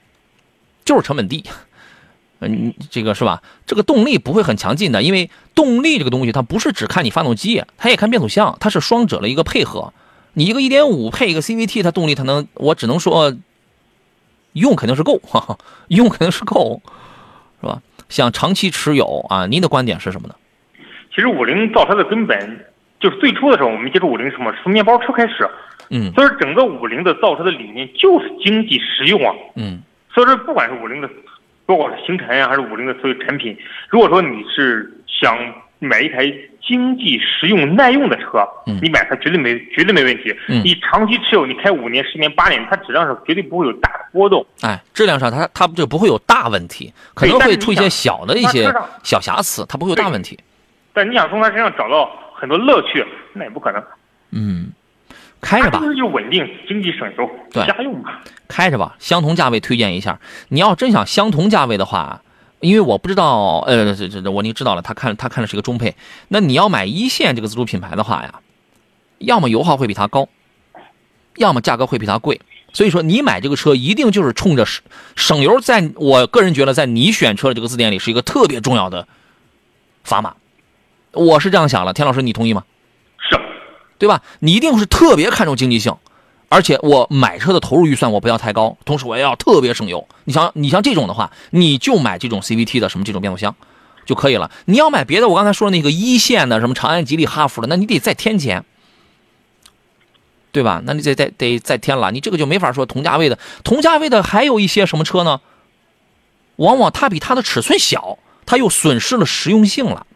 这个是吧？这个动力不会很强劲的，因为动力这个东西它不是只看你发动机，它也看变速箱，它是双者的一个配合。你一个 1.5 配一个 CVT， 它动力我只能说用肯定是够，用肯定是够，是吧？想长期持有啊，您的观点是什么呢？ 其实50造车的根本。就是最初的时候，我们接触50什么，从面包车开始，所以说整个50的造车的理念就是经济实用啊，所以说不管是50的，包括是星辰啊，还是50的所有产品，如果说你是想买一台经济实用耐用的车，你买它绝对没问题，你长期持有，你开5年、10年、8年，它质量上绝对不会有大的波动， 质量上它这不会有大问题，可能会出一些小的一些小瑕疵，它不会有大问题。 但你想从它身上找到很多乐趣，那也不可能。 开着吧， 就是稳定、经济省油，家用吧。 开着吧，相同价位推荐一下。你要真想相同价位的话，因为我不知道，你知道了，他看的是一个中配。那你要买一线这个自主品牌的话呀，要么油耗会比它高，要么价格会比它贵。所以说，你买这个车一定就是冲着省油，在我个人觉得，在你选车的这个字典里是一个特别重要的砝码。我是这样想了，田老师，你同意吗？ 是， 对吧？你一定是特别看重经济性，而且我买车的投入预算我不要太高，同时我也要特别省油。你像这种的话，你就买这种 CVT 的什么这种变速箱就可以了。你要买别的，我刚才说的那个一线的什么长安、吉利、哈弗的，那你得再添钱，对吧？那你得再添了，你这个就没法说同价位的。同价位的还有一些什么车呢？往往它比它的尺寸小，它又损失了实用性了。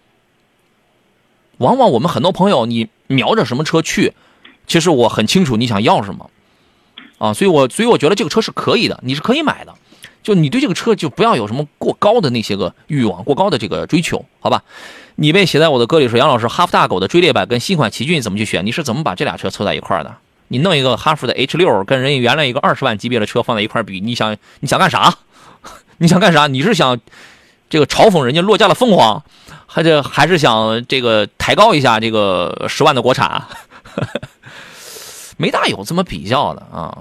往往我们很多朋友，你瞄着什么车去，其实我很清楚你想要什么啊，所以我觉得这个车是可以的，你是可以买的。就你对这个车就不要有什么过高的那些个欲望，过高的这个追求，好吧？你被写在我的歌里说，杨老师，哈弗大狗的追猎版跟新款奇骏怎么去选？你是怎么把这俩车凑在一块的？你弄一个哈弗的 H6跟人原来一个20万级别的车放在一块比，你想干啥？你想干啥？你是想这个嘲讽人家落架的凤凰？还是想这个抬高一下这个10万的国产，没大有这么比较的啊。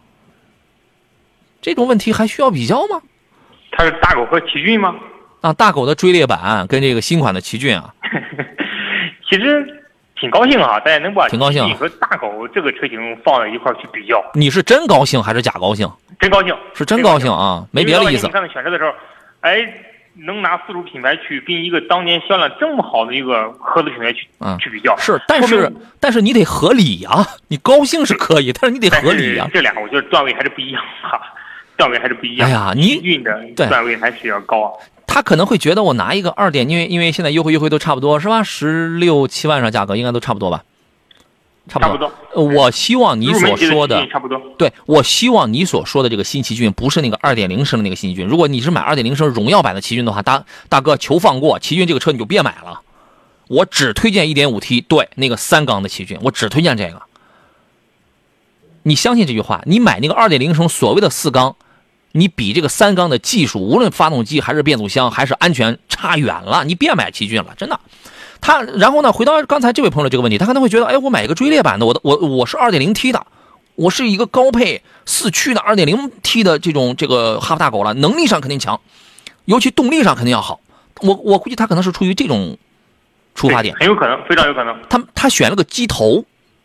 这种问题还需要比较吗？ 它是大狗和奇骏吗？ 啊，大狗的追猎版跟这个新款的奇骏啊， 其实挺高兴啊，大家能把挺高兴你和大狗这个车型放在一块去比较。 你是真高兴还是假高兴？ 真高兴， 是真高兴啊，没别的意思。 你看选车的时候， 能拿自主品牌去跟一个当年销量这么好的一个合资品牌去比较。 是，但是你得合理啊，你高兴是可以，但是你得合理啊。 这俩我觉得段位还是不一样啊，段位还是不一样。 哎呀，你运的段位还是要高啊。 他可能会觉得我拿一个2点，因为现在优惠都差不多是吧？16、17万上价格应该都差不多吧？差不多。我希望你所说的差不多。 对，我希望你所说的这个新奇骏不是那个2.0升的那个新奇骏。如果你是买2.0升荣耀版的奇骏的话，大哥求放过，奇骏这个车你就别买了。我只推荐 1.5T， 对，那个3缸的奇骏，我只推荐这个。你相信这句话？你买那个2.0升所谓的4缸。你比这个3缸的技术，无论发动机还是变速箱还是安全差远了，你别买奇骏了，真的。然后呢，回到刚才这位朋友的这个问题，他可能会觉得，哎，我买一个追猎版的，我是 2.0T 的，我是一个高配4驱的 2.0T 的这个哈弗大狗了，能力上肯定强，尤其动力上肯定要好。我估计他可能是出于这种出发点， 很有可能，非常有可能。 他选了个机头。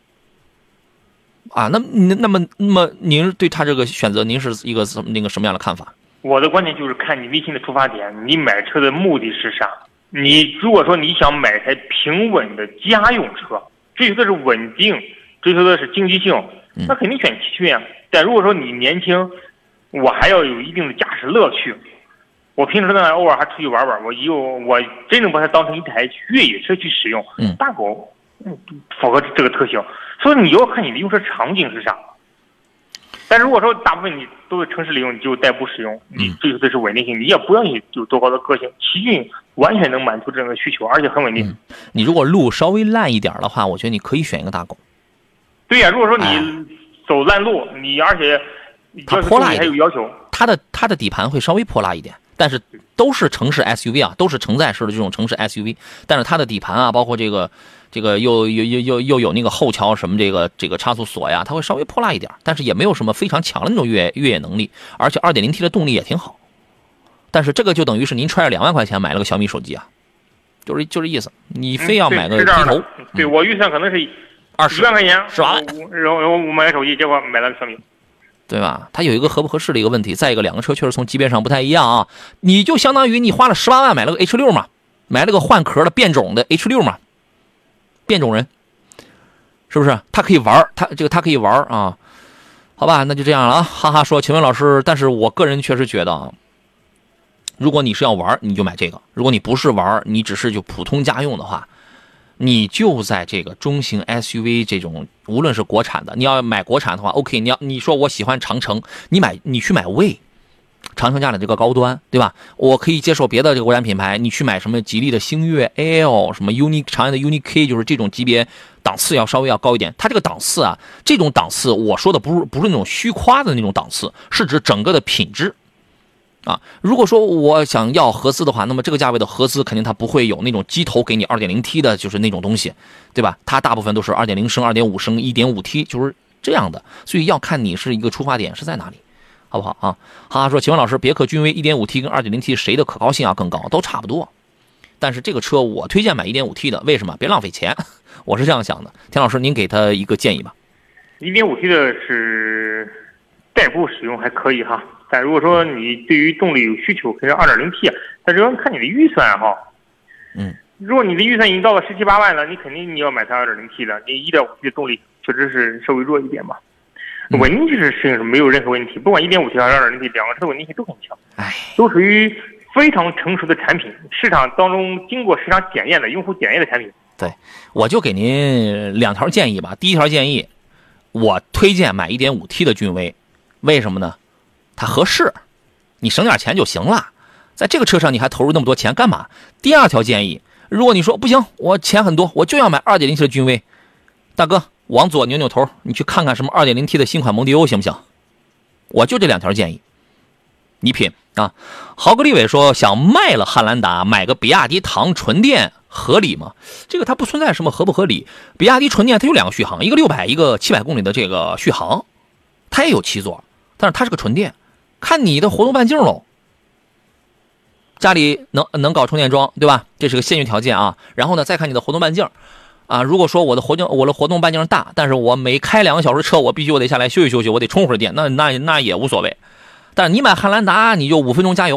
啊，那么您对他这个选择，您是一个什么样的看法？ 我的观点就是看你内心的出发点，你买车的目的是啥？你如果说你想买台平稳的家用车，追求的是稳定，追求的是经济性，那肯定选奇骏啊。但如果说你年轻，我还要有一定的驾驶乐趣，我平时呢偶尔还出去玩玩，我真正把它当成一台越野车去使用，大狗符合这个特性。所以你要看你的用车场景是啥，但是如果说大部分你都是城市里用，你就代步使用，你追求的是稳定性，你也不要你有多高的个性，奇骏完全能满足这个需求，而且很稳定。 你如果路稍微烂一点的话，我觉得你可以选一个大狗。 对呀，如果说你走烂路，你而且它泼辣一点， 还有要求， 它的底盘会稍微泼辣一点，但是都是城市 SUV 啊，都是承载式的这种城市 SUV， 但是它的底盘啊，包括这个又有那个后桥什么这个差速锁呀，它会稍微泼辣一点，但是也没有什么非常强的那种越野能力，而且 2.0T 的动力也挺好。但是这个就等于是您揣着2万块钱买了个小米手机啊，就这意思。你非要买个机头， 对我预算可能是1万块钱 ，10万， 然后我买个手机，结果买了个小米。 对吧？它有一个合不合适的一个问题，再一个两个车确实从级别上不太一样啊。你就相当于你花了18万买了个 H6 嘛，买了个换壳的变种的 H6 嘛，变种人，是不是？它可以玩，它可以玩啊。好吧，那就这样了啊。哈哈说，请问老师，但是我个人确实觉得啊，如果你是要玩，你就买这个；如果你不是玩，你只是就普通家用的话，你就在这个中型 SUV 这种，无论是国产的，你要买国产的话 ，OK， 你说我喜欢长城，你去买魏，长城家的这个高端，对吧？我可以接受别的这个国产品牌，你去买什么吉利的星越 L， 什么长安的 UNI-K， 就是这种级别档次稍微要高一点。它这个档次啊，这种档次我说的不是那种虚夸的那种档次，是指整个的品质。啊，如果说我想要合资的话，那么这个价位的合资肯定它不会有那种机头给你 2.0T 的，就是那种东西，对吧？它大部分都是2.0升、2.5升、1.5T， 就是这样的。所以要看你是一个出发点是在哪里，好不好啊？哈哈说，请问老师，别克君威 1.5T 跟 2.0T 谁的可靠性更高？都差不多。但是这个车我推荐买 1.5T 的，为什么？别浪费钱，我是这样想的。田老师，您给他一个建议吧。 1.5T 的是代步使用还可以哈。但如果说你对于动力有需求，可以2.0T， 但主要看你的预算哈。如果你的预算已经到了17、18万了，你肯定你要买台 2.0T 的，你 1.5T 的动力确实是稍微弱一点嘛。稳定性适应是没有任何问题，不管 1.5T 还是 2.0T， 两个车的稳定性都很强，都属于非常成熟的产品，市场当中经过市场检验的、用户检验的产品。 对，我就给您2条建议吧。第一条建议，我推荐买 1.5T 的君威，为什么呢？它合适，你省点钱就行了，在这个车上你还投入那么多钱干嘛？第二条建议，如果你说不行，我钱很多，我就要买 2.0T 的君威，大哥往左扭扭头，你去看看什么 2.0T 的新款蒙迪欧行不行？我就这2条建议，你品啊。豪格利伟说，想卖了汉兰达买个比亚迪唐纯电合理吗？这个它不存在什么合不合理，比亚迪纯电它有2个续航，一个600一个700公里的这个续航，它也有7座，但是它是个纯电，看你的活动半径喽。家里能搞充电桩，对吧？这是个限运条件啊。然后呢，再看你的活动半径啊。如果说我的活动半径大，但是我每开2个小时车，我必须得下来休息休息，我得充会儿电，那也无所谓。但是你买汉兰达，你就5分钟加油，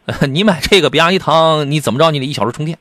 你买这个比亚迪唐，你怎么着你得1小时充电。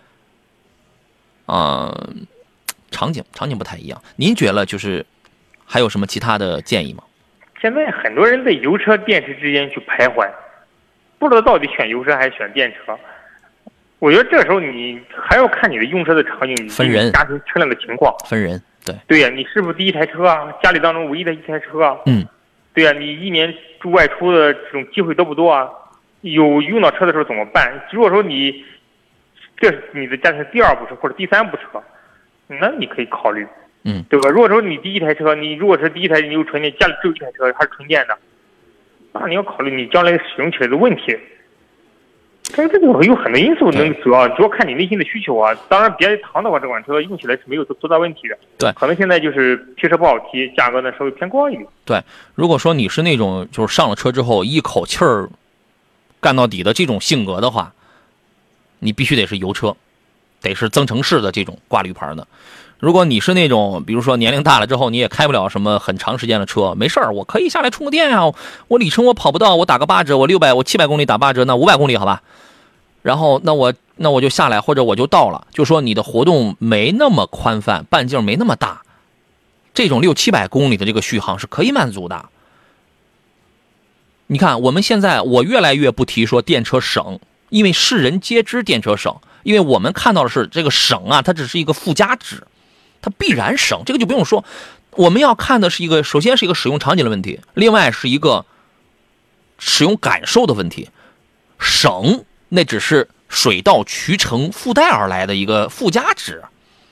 场景不太一样。您觉得就是还有什么其他的建议吗？ 现在很多人在油车电池之间去徘徊，不知道到底选油车还是选电车。我觉得这时候你还要看你的用车的场景， 分人， 家庭车辆的情况， 分人。 对呀，你是不是第一台车啊？家里当中唯一的一台车啊？对呀，你一年外出的这种机会多不多啊？有用到车的时候怎么办？如果说这是你的家庭第2部车或者第3部车，那你可以考虑，对吧？如果说你第一台车，你如果是第一台你有纯电，家里只有1台车还是纯电的，那你要考虑你将来使用起来的问题。但是这个有很多因素主要看你内心的需求啊。当然，比亚迪唐的话，这款车用起来是没有多大问题的。 对， 可能现在就是提车不好提，价格呢稍微偏高一点。 对，如果说你是那种就是上了车之后一口气儿干到底的这种性格的话，你必须得是油车，得是增程式的这种挂绿牌的。如果你是那种比如说年龄大了之后你也开不了什么很长时间的车，没事儿，我可以下来充个电啊，我里程我跑不到，我打个8折，我700公里打8折，那500公里好吧。然后那我就下来，或者我就到了，就说你的活动没那么宽泛，半径没那么大，这种600-700公里的这个续航是可以满足的。你看我们现在我越来越不提说电车省，因为世人皆知电车省，因为我们看到的是这个省啊，它只是一个附加值，它必然省，这个就不用说。我们要看的是首先是一个使用场景的问题，另外是一个使用感受的问题。省那只是水到渠成附带而来的一个附加值，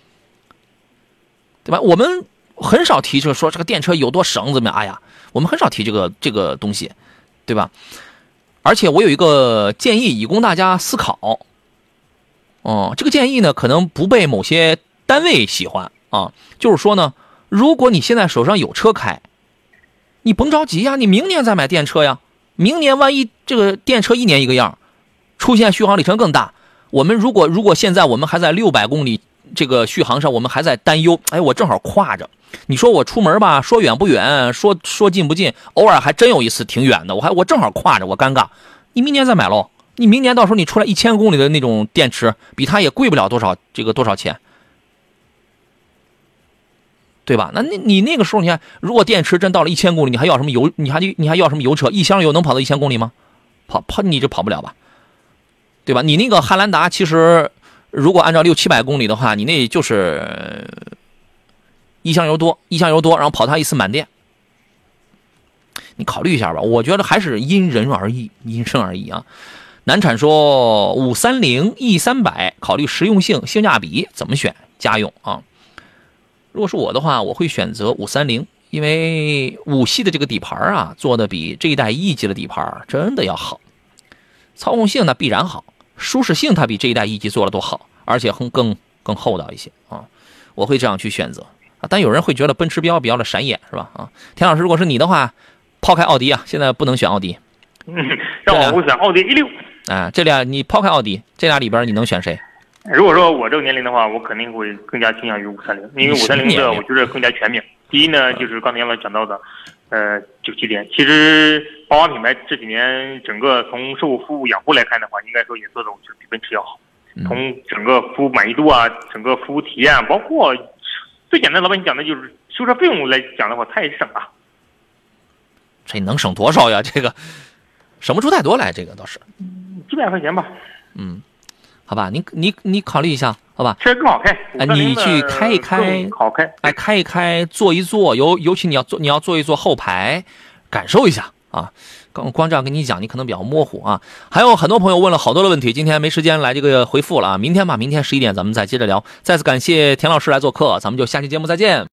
对吧？我们很少提说这个电车有多省怎么样，哎呀，我们很少提这个东西，对吧？而且我有一个建议以供大家思考。这个建议呢可能不被某些单位喜欢啊，就是说呢，如果你现在手上有车开，你甭着急呀，你明年再买电车呀。明年万一这个电车1年一个样，出现续航里程更大，我们如果现在我们还在600公里这个续航上，我们还在担忧，哎，我正好跨着，你说我出门吧，说远不远，说近不近，偶尔还真有一次挺远的，我正好跨着，我尴尬。你明年再买喽，你明年到时候你出来1000公里的那种电池，比它也贵不了多少钱，对吧？那你那个时候你看，如果电池真到了1000公里，你还要什么油？你还要什么油车？一箱油能跑到1000公里吗？你这跑不了吧？对吧？你那个汉兰达其实如果按照600-700公里的话，你那就是一箱油多，然后跑它一次满电。你考虑一下吧，我觉得还是因人而异啊。南产说530 E300考虑实用性、性价比怎么选？家用啊。如果是我的话，我会选择530，因为5系的这个底盘啊，做的比这一代1级的底盘真的要好。操控性呢必然好，舒适性它比这一代1级做的都好，而且更厚道一些啊。我会这样去选择啊。但有人会觉得奔驰标比较的闪眼，是吧？啊，田老师，如果是你的话，抛开奥迪啊，现在不能选奥迪。 让我选奥迪A6。 这俩你抛开奥迪，这俩里边你能选谁？ 如果说我这个年龄的话，我肯定会更加倾向于530，因为530的我觉得更加全面。第一呢，就是刚才杨老讲到的，97点。其实宝马品牌这几年整个从售后服务养护来看的话，应该说也做的就是比奔驰要好。从整个服务满意度啊，整个服务体验，包括最简单老百姓讲的就是修车费用来讲的话，它也省啊。 这能省多少呀？这个省不出太多来，这个倒是几百块钱吧。 好吧，你考虑一下，好吧？ 车更好开， 你去开一开， 好开， 开一开，坐一坐，尤其你要坐一坐后排，感受一下啊。光这样跟你讲，你可能比较模糊啊。还有很多朋友问了好多的问题，今天没时间来这个回复了啊。明天11点咱们再接着聊。再次感谢田老师来做客，咱们就下期节目再见。